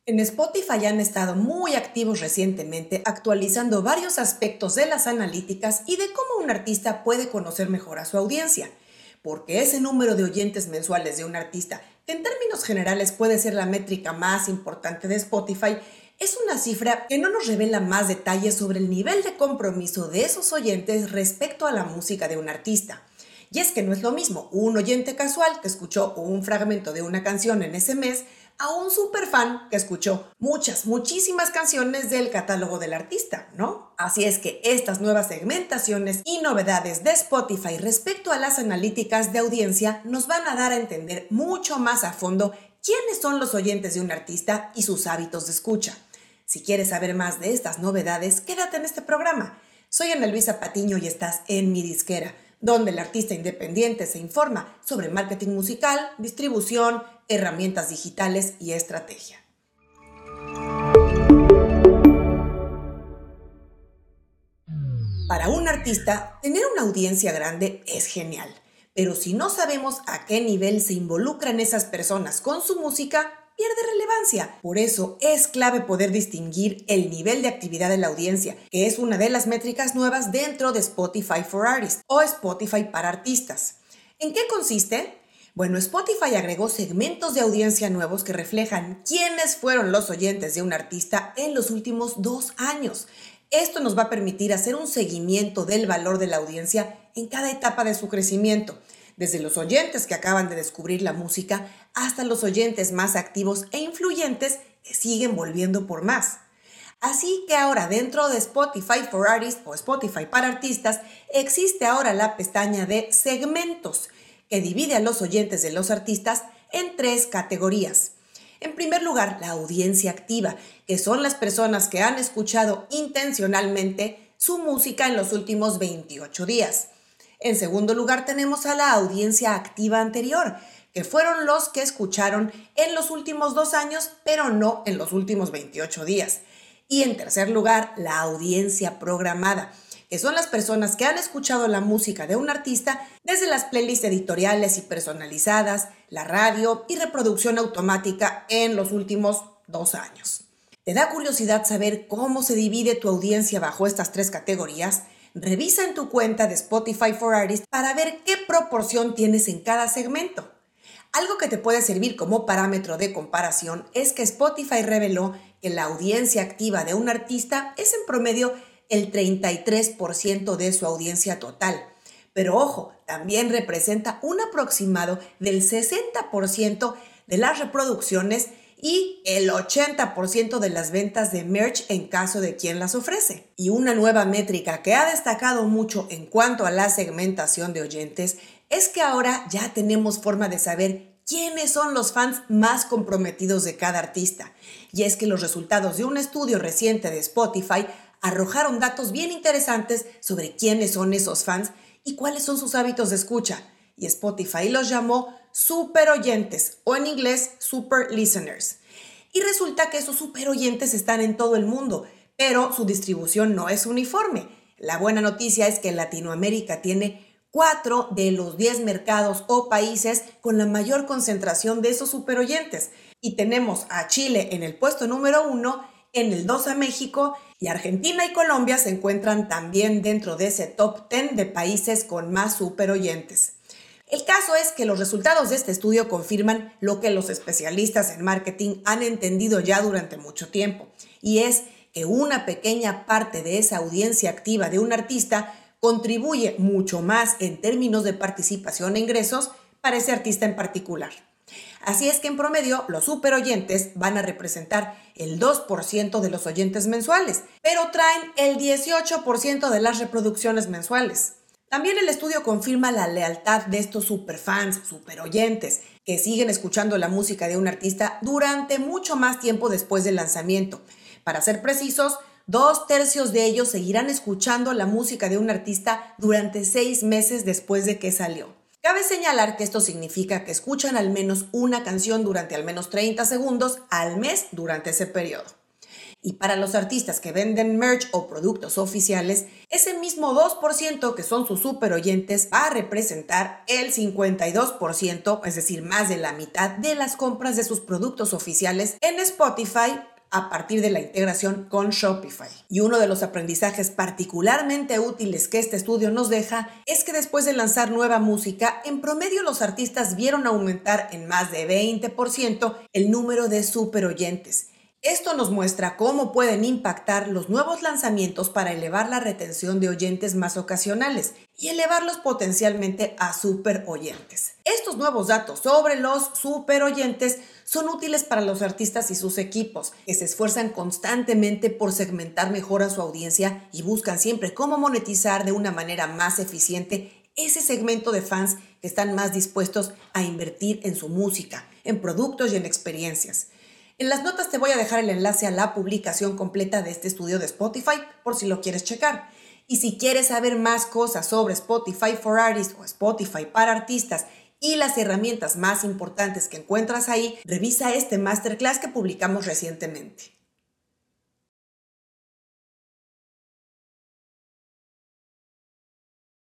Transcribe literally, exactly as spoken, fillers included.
En Spotify han estado muy activos recientemente, actualizando varios aspectos de las analíticas y de cómo un artista puede conocer mejor a su audiencia. Porque ese número de oyentes mensuales de un artista, que en términos generales puede ser la métrica más importante de Spotify, es una cifra que no nos revela más detalles sobre el nivel de compromiso de esos oyentes respecto a la música de un artista. Y es que no es lo mismo un oyente casual que escuchó un fragmento de una canción en ese mes a un superfan que escuchó muchas, muchísimas canciones del catálogo del artista, ¿no? Así es que estas nuevas segmentaciones y novedades de Spotify respecto a las analíticas de audiencia nos van a dar a entender mucho más a fondo quiénes son los oyentes de un artista y sus hábitos de escucha. Si quieres saber más de estas novedades, quédate en este programa. Soy Ana Luisa Patiño y estás en Mi Disquera, donde el artista independiente se informa sobre marketing musical, distribución, herramientas digitales y estrategia. Para un artista, tener una audiencia grande es genial, pero si no sabemos a qué nivel se involucran esas personas con su música, pierde relevancia. Por eso es clave poder distinguir el nivel de actividad de la audiencia, que es una de las métricas nuevas dentro de Spotify for Artists o Spotify para artistas. ¿En qué consiste? Bueno, Spotify agregó segmentos de audiencia nuevos que reflejan quiénes fueron los oyentes de un artista en los últimos dos años. Esto nos va a permitir hacer un seguimiento del valor de la audiencia en cada etapa de su crecimiento, desde los oyentes que acaban de descubrir la música hasta los oyentes más activos e influyentes que siguen volviendo por más. Así que ahora dentro de Spotify for Artists o Spotify para artistas existe ahora la pestaña de segmentos que divide a los oyentes de los artistas en tres categorías. En primer lugar, la audiencia activa, que son las personas que han escuchado intencionalmente su música en los últimos veintiocho días. En segundo lugar, tenemos a la audiencia activa anterior, que fueron los que escucharon en los últimos dos años, pero no en los últimos veintiocho días. Y en tercer lugar, la audiencia programada, que son las personas que han escuchado la música de un artista desde las playlists editoriales y personalizadas, la radio y reproducción automática en los últimos dos años. ¿Te da curiosidad saber cómo se divide tu audiencia bajo estas tres categorías? Revisa en tu cuenta de Spotify for Artists para ver qué proporción tienes en cada segmento. Algo que te puede servir como parámetro de comparación es que Spotify reveló que la audiencia activa de un artista es en promedio el treinta y tres por ciento de su audiencia total. Pero ojo, también representa un aproximado del sesenta por ciento de las reproducciones y el ochenta por ciento de las ventas de merch en caso de quien las ofrece. Y una nueva métrica que ha destacado mucho en cuanto a la segmentación de oyentes es que ahora ya tenemos forma de saber quiénes son los fans más comprometidos de cada artista. Y es que los resultados de un estudio reciente de Spotify arrojaron datos bien interesantes sobre quiénes son esos fans y cuáles son sus hábitos de escucha. Y Spotify los llamó super oyentes o en inglés super listeners. Y resulta que esos super oyentes están en todo el mundo, pero su distribución no es uniforme. La buena noticia es que Latinoamérica tiene cuatro de los diez mercados o países con la mayor concentración de esos super oyentes. Y tenemos a Chile en el puesto número uno, en el dos a México, y Argentina y Colombia se encuentran también dentro de ese top diez de países con más super oyentes. El caso es que los resultados de este estudio confirman lo que los especialistas en marketing han entendido ya durante mucho tiempo, y es que una pequeña parte de esa audiencia activa de un artista contribuye mucho más en términos de participación e ingresos para ese artista en particular. Así es que en promedio los superoyentes van a representar el dos por ciento de los oyentes mensuales, pero traen el dieciocho por ciento de las reproducciones mensuales. También el estudio confirma la lealtad de estos superfans, superoyentes, que siguen escuchando la música de un artista durante mucho más tiempo después del lanzamiento. Para ser precisos, dos tercios de ellos seguirán escuchando la música de un artista durante seis meses después de que salió. Cabe señalar que esto significa que escuchan al menos una canción durante al menos treinta segundos al mes durante ese periodo. Y para los artistas que venden merch o productos oficiales, ese mismo dos por ciento que son sus super oyentes va a representar el cincuenta y dos por ciento, es decir, más de la mitad de las compras de sus productos oficiales en Spotify a partir de la integración con Shopify. Y uno de los aprendizajes particularmente útiles que este estudio nos deja es que después de lanzar nueva música, en promedio los artistas vieron aumentar en más de veinte por ciento el número de super oyentes. Esto nos muestra cómo pueden impactar los nuevos lanzamientos para elevar la retención de oyentes más ocasionales y elevarlos potencialmente a super oyentes. Estos nuevos datos sobre los super oyentes son útiles para los artistas y sus equipos, que se esfuerzan constantemente por segmentar mejor a su audiencia y buscan siempre cómo monetizar de una manera más eficiente ese segmento de fans que están más dispuestos a invertir en su música, en productos y en experiencias. En las notas te voy a dejar el enlace a la publicación completa de este estudio de Spotify por si lo quieres checar. Y si quieres saber más cosas sobre Spotify for Artists o Spotify para artistas y las herramientas más importantes que encuentras ahí, revisa este masterclass que publicamos recientemente.